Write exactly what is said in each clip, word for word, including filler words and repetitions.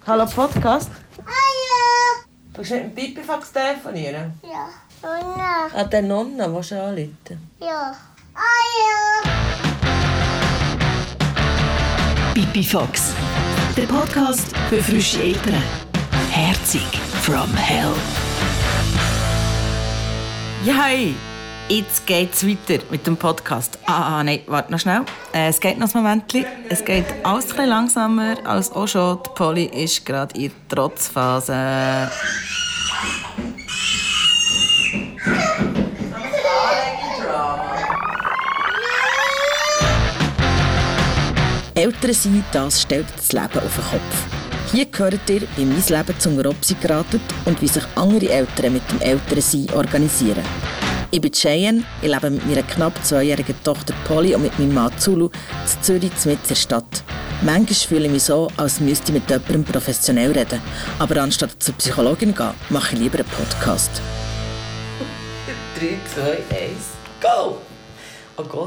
Hallo Podcast? Hallo! Willst du mit dem Pipifax telefonieren? Ja. Nonna. Ah, der Nonna, willst du anrufen? Ja. Hallo! Pipifax, der Podcast für frische Eltern. Herzig from hell. Ja, hey! Jetzt geht's weiter mit dem Podcast. Ah, ah nein, warte noch schnell. Äh, es geht noch ein Moment. Es geht alles ein bisschen langsamer als auch schon. Die Polly ist gerade in der Trotzphase. Eltern sein, das stellt das Leben auf den Kopf. Hier hört ihr, wie mein Leben zum Robsi geratet und wie sich andere Eltern mit dem Elternsein organisieren. Ich bin Cheyenne, ich lebe mit meiner knapp zweijährigen Tochter Polly und mit meinem Mann Zulu in Zürich, mitten in der Stadt. Manchmal fühle ich mich so, als müsste ich mit jemandem professionell reden. Aber anstatt zur Psychologin zu gehen, mache ich lieber einen Podcast. drei, zwei, eins, go! Oh Gott.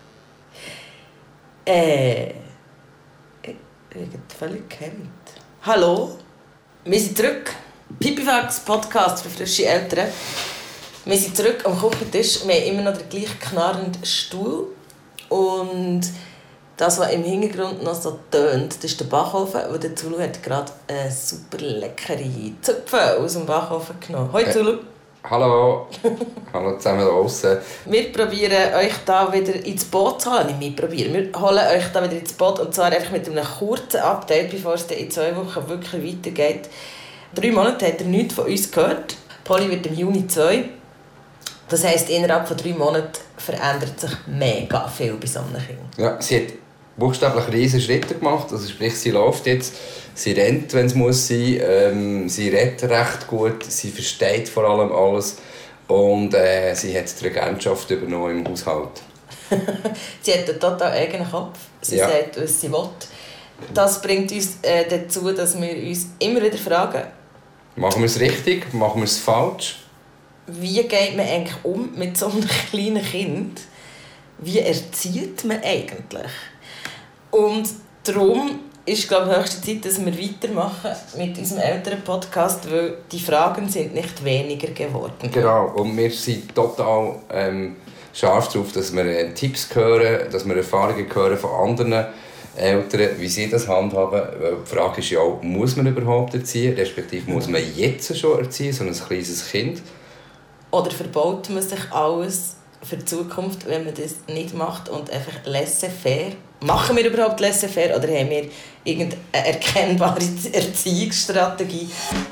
Äh. Ich bin völlig gehemmt. Hallo? Wir sind zurück. Pipifax Podcast für frische Eltern. Wir sind zurück am Küchentisch. Wir haben immer noch den gleichen knarrenden Stuhl. Und das, was im Hintergrund noch so tönt, das ist der Backofen. Und der Zulu hat gerade eine super leckere Zupfe aus dem Backofen genommen. Hoi Zulu! Hallo! Hallo zusammen da draussen. Wir probieren euch da wieder ins Boot zu holen. Nicht wir probieren. Wir holen euch da wieder ins Boot. Und zwar einfach mit einem kurzen Update, bevor es in zwei Wochen wirklich weitergeht. Drei Monate habt ihr nichts von uns gehört. Polly wird im Juni zwei. Das heisst, innerhalb von drei Monaten verändert sich mega viel bei so einem Kind. Ja, sie hat buchstäblich riesige Schritte gemacht. Also sprich, sie läuft jetzt, sie rennt, wenn es muss sein. Ähm, sie redet recht gut, sie versteht vor allem alles. Und äh, sie hat die Regentschaft übernommen im Haushalt. Sie hat einen total eigenen Kopf. Sie ja. sagt, was sie will. Das bringt uns äh, dazu, dass wir uns immer wieder fragen: Machen wir es richtig? Machen wir es falsch? Wie geht man eigentlich um mit so einem kleinen Kind? Wie erzieht man eigentlich? Und darum ist, glaube ich, höchste Zeit, dass wir weitermachen mit unserem Eltern-Podcast, weil die Fragen sind nicht weniger geworden. Genau, und wir sind total ähm, scharf darauf, dass wir äh, Tipps hören, dass wir Erfahrungen hören von anderen Eltern, wie sie das handhaben. Weil die Frage ist ja auch, muss man überhaupt erziehen? Respektive muss man jetzt schon erziehen, so ein kleines Kind? Oder verbaut man sich alles für die Zukunft, wenn man das nicht macht und einfach laissez-faire? Machen wir überhaupt laissez-faire oder haben wir irgendeine erkennbare Erziehungsstrategie?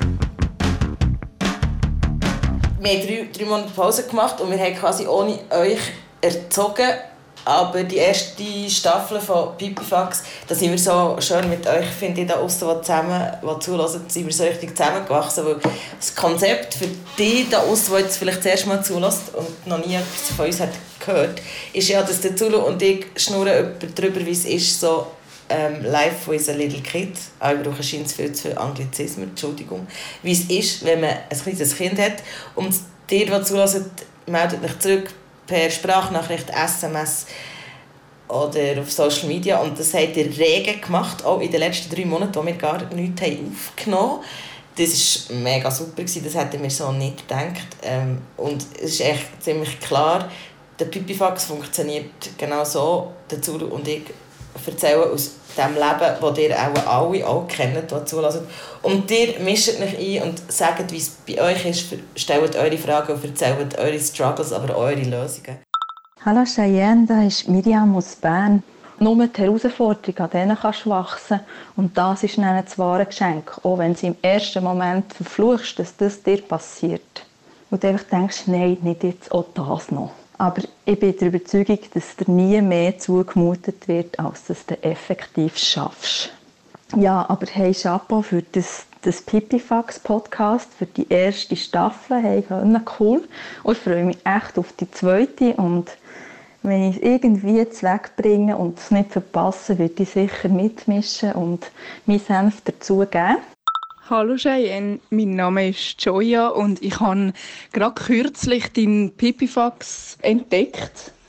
Wir haben drei, drei Monate Pause gemacht und wir haben quasi ohne euch erzogen. Aber die erste Staffel von Pipifax, da sind wir so schön mit euch, finde ich, da aussen, die zusammen, die zuhören, sind wir so richtig zusammengewachsen. Weil das Konzept für die da aussen, die jetzt vielleicht das erste Mal zuhört und noch nie etwas von uns hat gehört, ist ja, dass der Zulu und ich schnurren darüber, wie es ist, so ähm, live with a little kid. Auch ich brauche scheinbar viel zu viel Anglizismen, Entschuldigung. Wie es ist, wenn man ein kleines Kind hat. Und die, die zuhören, meldet euch zurück per Sprachnachricht, S M S oder auf Social Media. Und das habt ihr rege gemacht, auch in den letzten drei Monaten, wo wir gar nichts haben aufgenommen haben. Das war mega super, das hätten wir so nicht gedacht. Ähm, und es ist echt ziemlich klar, der Pipifax funktioniert genau so. Der Zulu und ich erzählen aus dem Leben, das ihr auch alle auch kennt, die zulassen. Und ihr mischt euch ein und sagt, wie es bei euch ist, stellt eure Fragen und erzählt eure Struggles, aber auch eure Lösungen. Hallo Cheyenne, da ist Miriam aus Bern. Nur die Herausforderung, an denen kannst du wachsen. Und das ist dann das wahre Geschenk. Auch wenn du im ersten Moment verfluchst, dass das dir passiert. Und du einfach denkst, nein, nicht jetzt auch das noch. Aber ich bin der Überzeugung, dass dir nie mehr zugemutet wird, als dass du effektiv schaffst. Ja, aber hey, Chapeau für das, das Pipifax-Podcast, für die erste Staffel. Hey, cool. Und ich freue mich echt auf die zweite. Und wenn ich es irgendwie wegbringe und es nicht verpasse, würde ich sicher mitmischen und meinen Senf dazu geben. Hallo Cheyenne, mein Name ist Joya und ich habe gerade kürzlich deinen Pipifax entdeckt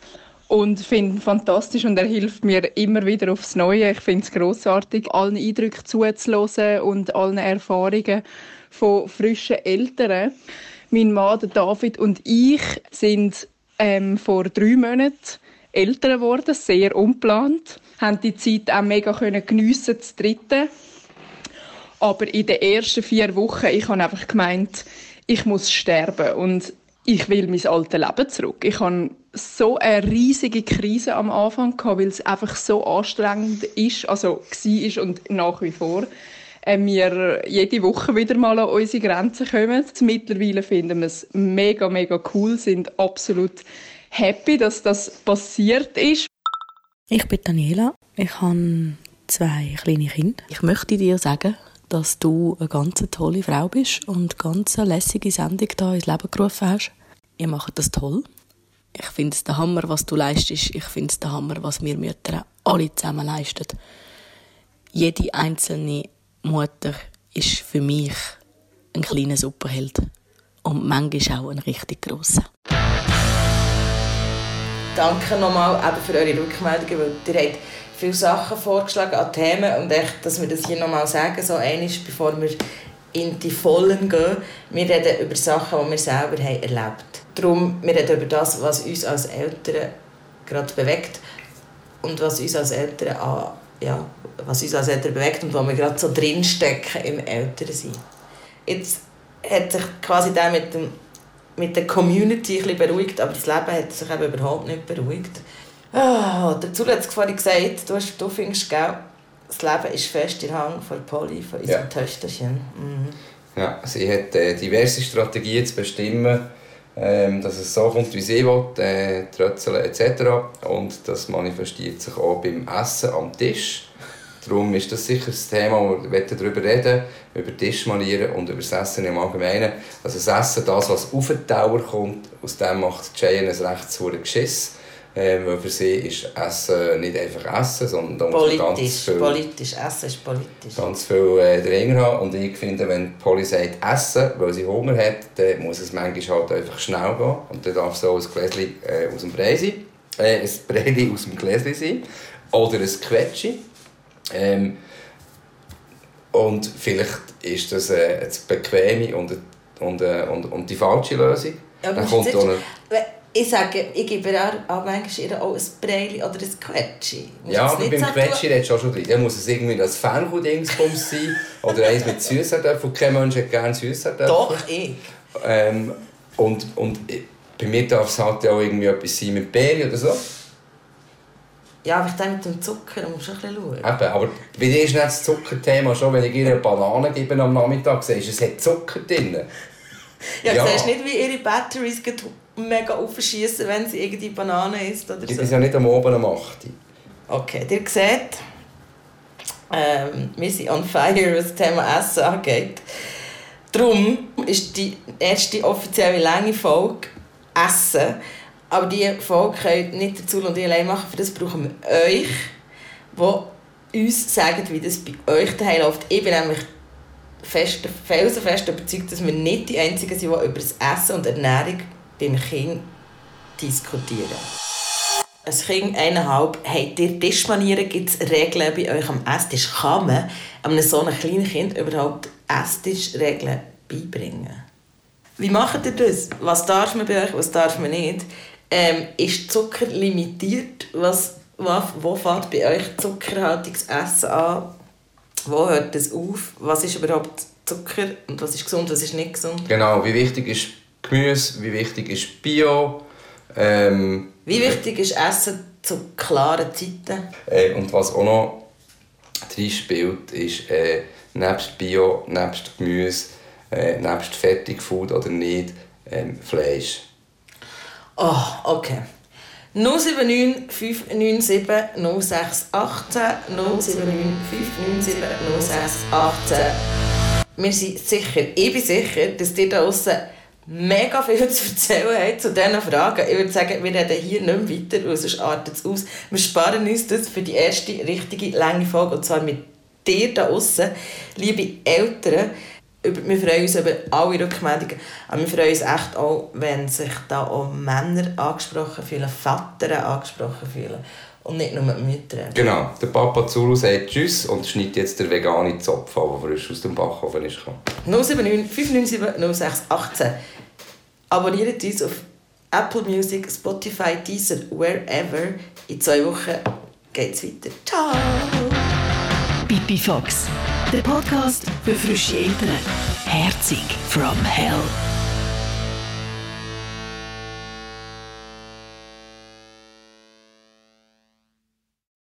Und finde ihn fantastisch und er hilft mir immer wieder aufs Neue. Ich finde es grossartig, allen Eindrücken zuzuhören und allen Erfahrungen von frischen Eltern. Mein Mann, der David und ich sind ähm, vor drei Monaten Eltern geworden, sehr ungeplant. Wir konnten die Zeit auch mega geniessen, zu dritten. Aber in den ersten vier Wochen, ich habe einfach gemeint, ich muss sterben und ich will mein altes Leben zurück. Ich hatte so eine riesige Krise am Anfang, weil es einfach so anstrengend ist, also war und nach wie vor. Wir jede Woche wieder mal an unsere Grenzen kommen. Mittlerweile finden wir es mega, mega cool, sind absolut happy, dass das passiert ist. Ich bin Daniela, ich habe zwei kleine Kinder. Ich möchte dir sagen, dass du eine ganz tolle Frau bist und eine ganz lässige Sendung hier ins Leben gerufen hast. Ihr macht das toll. Ich finde es der Hammer, was du leistest. Ich finde es der Hammer, was wir Mütter alle zusammen leisten. Jede einzelne Mutter ist für mich ein kleiner Superheld. Und manchmal auch ein richtig grosser. Danke nochmal eben für eure Rückmeldungen, weil ihr habt viele Sachen vorgeschlagen an Themen und echt, dass wir das hier nochmal sagen, so einmal, bevor wir in die Vollen gehen. Wir reden über Sachen, die wir selber haben erlebt. Darum, wir reden über das, was uns als Eltern gerade bewegt und was uns als Eltern, an, ja, was uns als Eltern bewegt und wo wir gerade so drinstecken im Elternsein. Jetzt hat sich quasi der mit, dem, mit der Community ein bisschen beruhigt, aber das Leben hat sich eben überhaupt nicht beruhigt. Oh, dazu hat es vorhin gesagt, du, hast, du findest, gell, das Leben ist fest in Hang von Polly, von unserem ja. Töchterchen. Mhm. Ja, sie hat äh, diverse Strategien zu bestimmen, ähm, dass es so kommt, wie sie will, äh, trötzeln et cetera. Und das manifestiert sich auch beim Essen am Tisch. Darum ist das sicher das Thema, wo wir darüber reden, über Tischmanieren und über das Essen im Allgemeinen. Also das Essen, das, was auf den Teller kommt, aus dem macht Cheyenne ein recht sauren Geschiss. Ähm, weil für sie ist Essen nicht einfach Essen, sondern da muss man ganz viel, politisch. Essen ist politisch. Ganz viel äh, drin haben. Und ich finde, wenn Polly sagt Essen, weil sie Hunger hat, dann muss es manchmal halt einfach schnell gehen. Und dann darf so ein Gläschen äh, aus dem Brei sein, äh, ein Brei aus dem Gläschen sein. Oder ein Quetschi. Ähm, und vielleicht ist das äh, eine bequeme und, und, äh, und, und die falsche Lösung. Ja, dann kommt eine... Ich sage, ich gebe auch manchmal auch ein Breili oder ein Quetschi. Ja, aber beim Quetschi redest du auch schon drin. Dann muss es irgendwie das Fernkuh-Dingsbums sein oder eins mit Süßkartoffeln. Kein Mensch hat gerne Süßkartoffeln. Doch, ich. Ähm, und, und bei mir darf es halt auch irgendwie etwas sein mit Beeren oder so. Ja, aber ich denke mit dem Zucker, da musst du ein bisschen schauen. Eben, aber bei dir ist nicht das Zuckerthema schon, wenn ich ihr eine Banane gebe am Nachmittag, siehst du, es hat Zucker drin. Ja, ja. Du siehst nicht, wie ihre Batteries mega aufschießen, wenn sie irgendwie Banane isst oder so. Die sind ja nicht am Oben am acht. Okay, ihr seht, ähm, wir sind on fire, was das Thema Essen angeht. Darum ist die erste offizielle lange Folge Essen. Aber diese Folge könnt nicht dazu und ich allein machen. Für das brauchen wir euch, die uns sagen, wie das bei euch daheim läuft. Ich bin nämlich fest, felsenfest überzeugt, dass wir nicht die Einzigen sind, die über das Essen und Ernährung beim Kind diskutieren. Ein Kind, eineinhalb, habt ihr Tischmanieren? Gibt es Regeln bei euch am Esstisch? Kann man einem so einem kleinen Kind überhaupt Esstischregeln beibringen? Wie macht ihr das? Was darf man bei euch, was darf man nicht? Ähm, ist Zucker limitiert? Was, wo, wo fängt bei euch zuckerhaltiges Essen an? Wo hört das auf? Was ist überhaupt Zucker und was ist gesund, was ist nicht gesund? Genau, wie wichtig ist Gemüse, wie wichtig ist Bio? Ähm, wie wichtig ist Essen zu klaren Zeiten? Äh, und was auch noch drin spielt, ist äh, nebst Bio, nebst Gemüse, äh, nebst Fertigfood oder nicht, ähm, Fleisch. Oh, okay. null sieben neun fünf neun sieben null sechs eins acht null sieben neun fünf neun sieben null sechs acht. Wir sind sicher, ich bin sicher, dass ihr da draussen mega viel zu erzählen habt zu diesen Fragen. Ich würde sagen, wir reden hier nicht mehr weiter, weil sonst artet es aus. Wir sparen uns das für die erste richtige lange Folge, und zwar mit dir da draussen, liebe Eltern. wir freuen uns über alle Rückmeldungen, aber wir freuen uns echt auch, wenn sich da auch Männer angesprochen fühlen, Väter angesprochen fühlen und nicht nur die Mütter. Genau, der Papa Zulu sagt Tschüss und schneidet jetzt den veganen Zopf an, der frisch aus dem Backofen ist. null sieben neun fünf neun sieben null sechs eins acht. Abonniert uns auf Apple Music, Spotify, Deezer, wherever. In zwei Wochen geht's weiter. Ciao! Pipi Fox, der Podcast für frische Eltern. Herzig from Hell.